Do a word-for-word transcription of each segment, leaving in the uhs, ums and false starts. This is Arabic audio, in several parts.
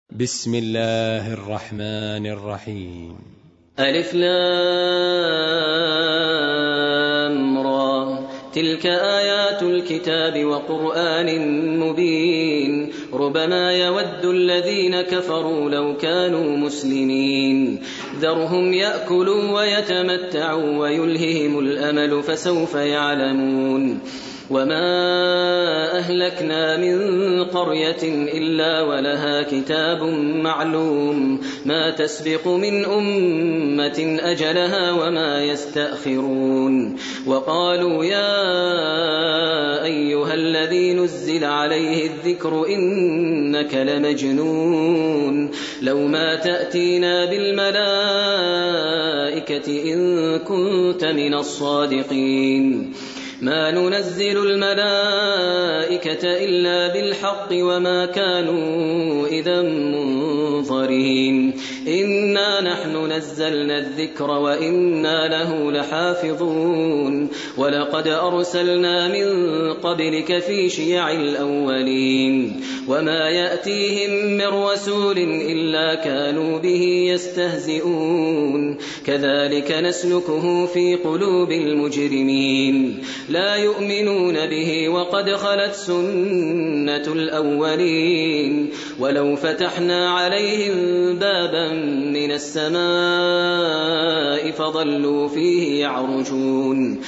بسم الله الرحمن الرحيم. ألف لام را تلك آيات الكتاب وقرآن مبين ربما يود الذين كفروا لو كانوا مسلمين ذرهم يأكلوا ويتمتعوا ويلههم الأمل فسوف يعلمون وما أهلكنا من قرية إلا ولها كتاب معلوم ما تسبق من أمة أجلها وما يستأخرون وقالوا يا أيها الذي نزل عليه الذكر إنك لمجنون لو ما تأتينا بالملائكة إن كنت من الصادقين ما ننزل الملائكة إلا بالحق وما كانوا إذا منظرين إنا نحن نزلنا الذكر وإنا له لحافظون ولقد أرسلنا من قبلك في شيع الأولين وما يأتيهم من رسول إلا كانوا به يستهزئون كذلك نسلكه في قلوب المجرمين لا يؤمنون به وقد خلت سنة الأولين ولو فتحنا عليهم بابا من السماء فظلوا فيه يعرجون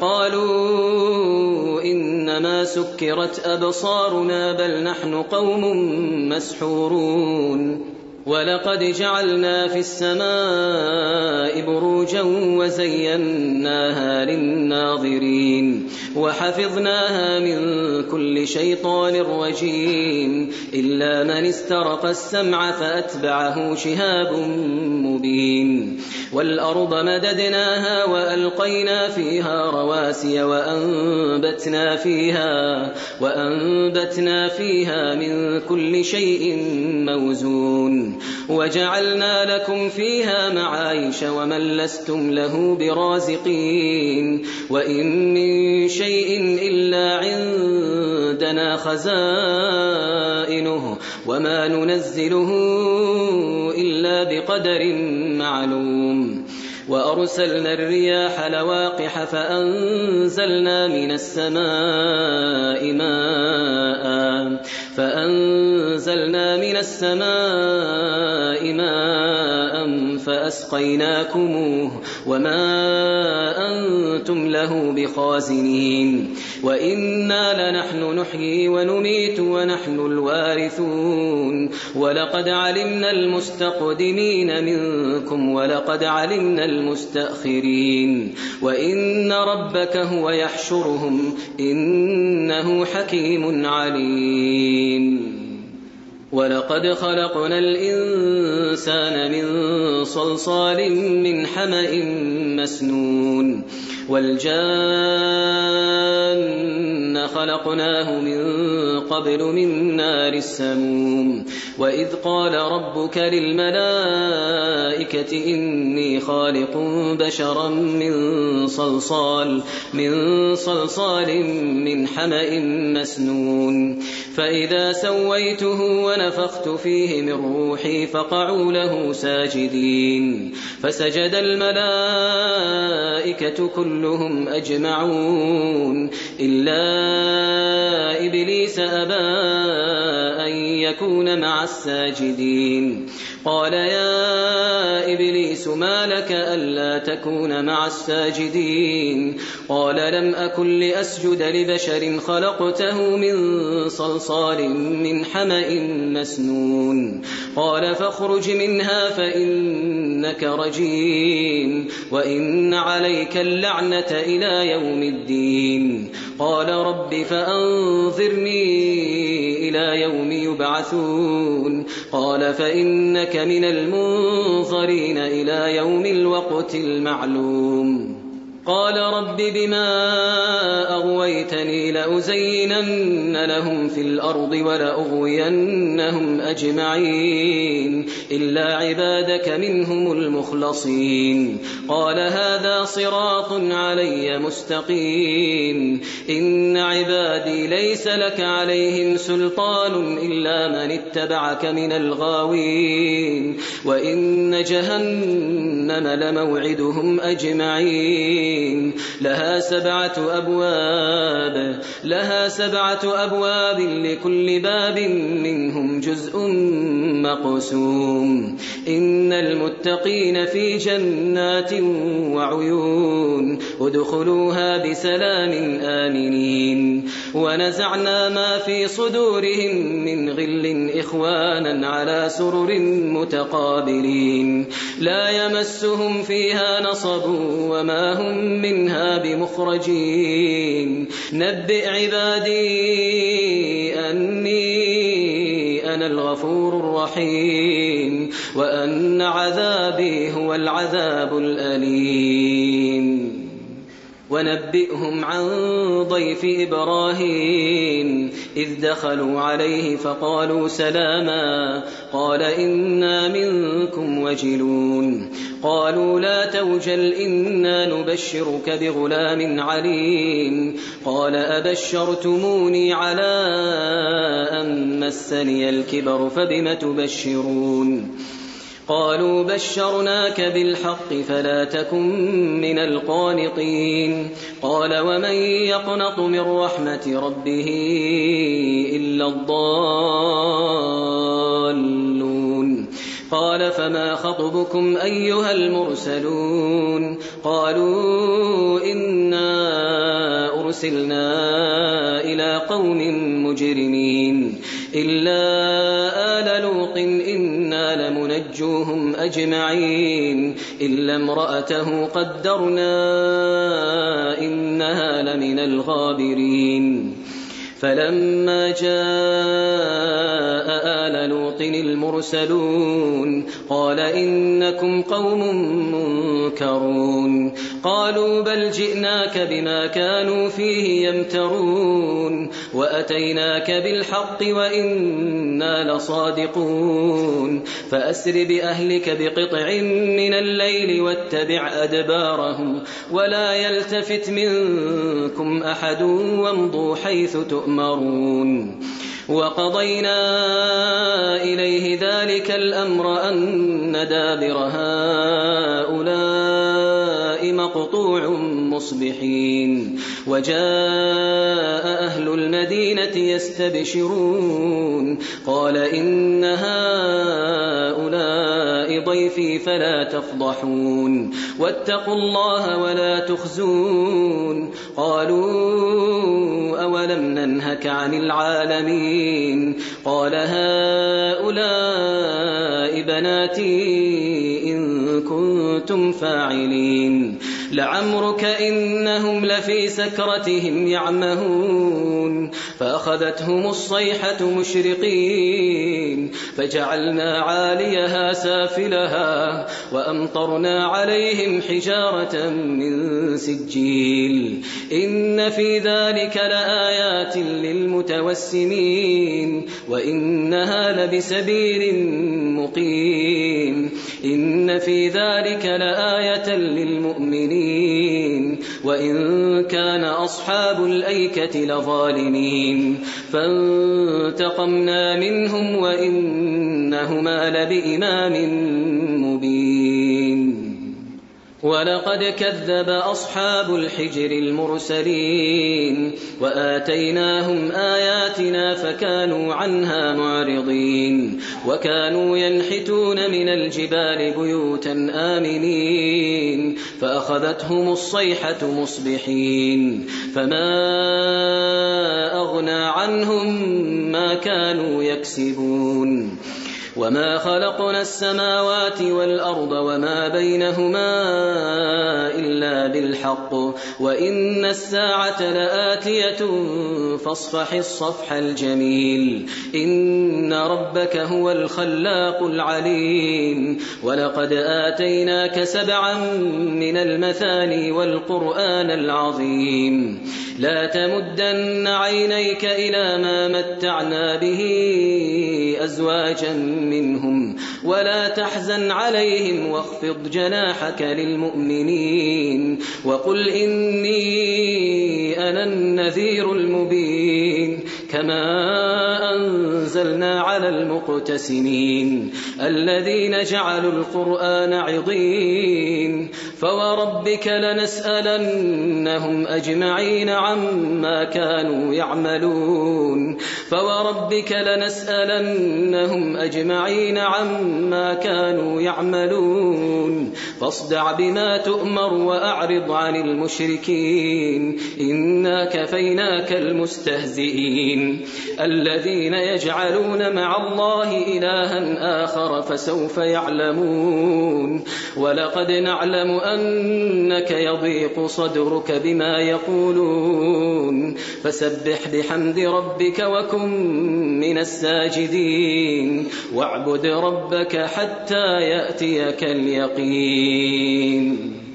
لقالوا إنما سكرت أبصارنا بل نحن قوم مسحورون ولقد جعلنا في السماء بروجا وزيناها للناظرين وحفظناها من كل شيطان رجيم إلا من استرق السمع فأتبعه شهاب مبين والأرض مددناها وألقينا فيها رواسي وأنبتنا فيها, وأنبتنا فيها من كل شيء موزون وجعلنا لكم فيها معايش ومن لستم له برازقين وإن من شيء إلا عندنا خزائنه وما ننزله إلا بقدر معلوم وأرسلنا الرياح لواقح فأنزلنا من السماء ماء فأنزلنا من السماء ماء فأسقيناكموه وما أنتم له بخازنين وإنا لنحن نحيي ونميت ونحن الوارثون ولقد علمنا المستقدمين منكم ولقد علمنا المستأخرين وإن ربك هو يحشرهم إنه حكيم عليم ولقد خلقنا الإنسان من صلصال من حمأ مسنون والجان خلقناه من قبل من نار السموم وإذ قال ربك للملائكة إني خالق بشرا من صلصال من صلصال من حمأ مسنون فإذا سويته ونفخت فيه من روحي فقعوا له ساجدين فسجد الملائكة كلهم أجمعون إلا إبليس أبى أن يكون مع الساجدين قال يا إبليس ما لك ألا تكون مع الساجدين قال لم أكن لأسجد لبشر خلقته من صلصال من حمأ مسنون قال فاخرج منها فإنك رجيم وإن عليك اللعنة إلى يوم الدين قال رب فأنظرني إلى يوم يبعثون قال فإنك من المنظرين إلى يوم الوقت المعلوم قال رب بما أغويتني لأزينن لهم في الأرض ولأغوينهم أجمعين إلا عبادك منهم المخلصين قال هذا صراط علي مستقيم إن عبادي ليس لك عليهم سلطان إلا من اتبعك من الغاوين وإن جهنم لموعدهم أجمعين لها سبعة أبواب لها سبعة أبواب لكل باب منهم جزء مقسوم إن المتقين في جنات وعيون ادخلوها بسلام آمنين ونزعنا ما في صدورهم من غل إخوانا على سرر متقابلين لا يمسهم فيها نصب وما هم منها بمخرجين نبئ عبادي أني أنا الغفور الرحيم وأن عذابي هو العذاب الأليم ونبئهم عن ضيف إبراهيم إذ دخلوا عليه فقالوا سلاما قال إنا منكم وجلون قالوا لا توجل إنا نبشرك بغلام عليم قال أبشرتموني على أن مسني الكبر فبم تبشرون قالوا بشرناك بالحق فلا تكن من القانطين قال ومن يقنط من رحمة ربه إلا الضالون قال فما خطبكم أيها المرسلون قالوا إنا أرسلنا إلى قوم مجرمين إلا آل لوط إنا لمنجوهم أجمعين إلا امرأته قدرنا إنها لمن الغابرين فلما جاء آل لوط المرسلون قال إنكم قوم منكرون قالوا بل جئناك بما كانوا فيه يمترون وأتيناك بالحق وإنا لصادقون فأسر بأهلك بقطع من الليل واتبع أدبارهم ولا يلتفت منكم أحد وامضوا حيث تؤمرون وقضينا إليه ذلك الأمر أن دابر هؤلاء مقطوع مصبحين وجاء أهل المدينة يستبشرون قال إن هؤلاء ضيفي فلا تفضحون واتقوا الله ولا تخزون قالوا أولم ننهك عن العالمين قال هؤلاء بناتي إن كنتم فاعلين لعمرك إنهم لفي سكرتهم يعمهون فأخذتهم الصيحة مشرقين فجعلنا عاليها سافلها وأمطرنا عليهم حجارة من سجيل إن في ذلك لآيات للمتوسمين وإنها لبسبيل مقيم إن في ذلك لآية للمؤمنين وإن كان أصحاب الأيكة لظالمين فانتقمنا منهم وإنهما لبإمام مبين ولقد كذب أصحاب الحجر المرسلين وآتيناهم آياتنا فكانوا عنها معرضين وكانوا ينحتون من الجبال بيوتا آمنين فأخذتهم الصيحة مصبحين فما أغنى عنهم ما كانوا يكسبون وما خلقنا السماوات والأرض وما بينهما إلا بالحق وإن الساعة لآتية فاصفح الصفح الجميل إن ربك هو الخلاق العليم ولقد آتيناك سبعا من المثاني والقرآن العظيم لا تمدن عينيك إلى ما متعنا به أزواجا منهم ولا تحزن عليهم واخفض جناحك للمؤمنين وقل إني أنا النذير المبين كما أنزلنا على المقتسمين الذين جعلوا القرآن عضين فوربك لنسألنهم أجمعين عما كانوا يعملون فوربك لنسألنهم أجمعين عما كانوا يعملون فاصدع بما تؤمر وأعرض عن المشركين إنا كفيناك المستهزئين الذين يجعلون مع الله إلها آخر فسوف يعلمون ولقد نعلم أنك يضيق صدرك بما يقولون فسبح بحمد ربك وكن من الساجدين واعبد ربك حتى يأتيك اليقين.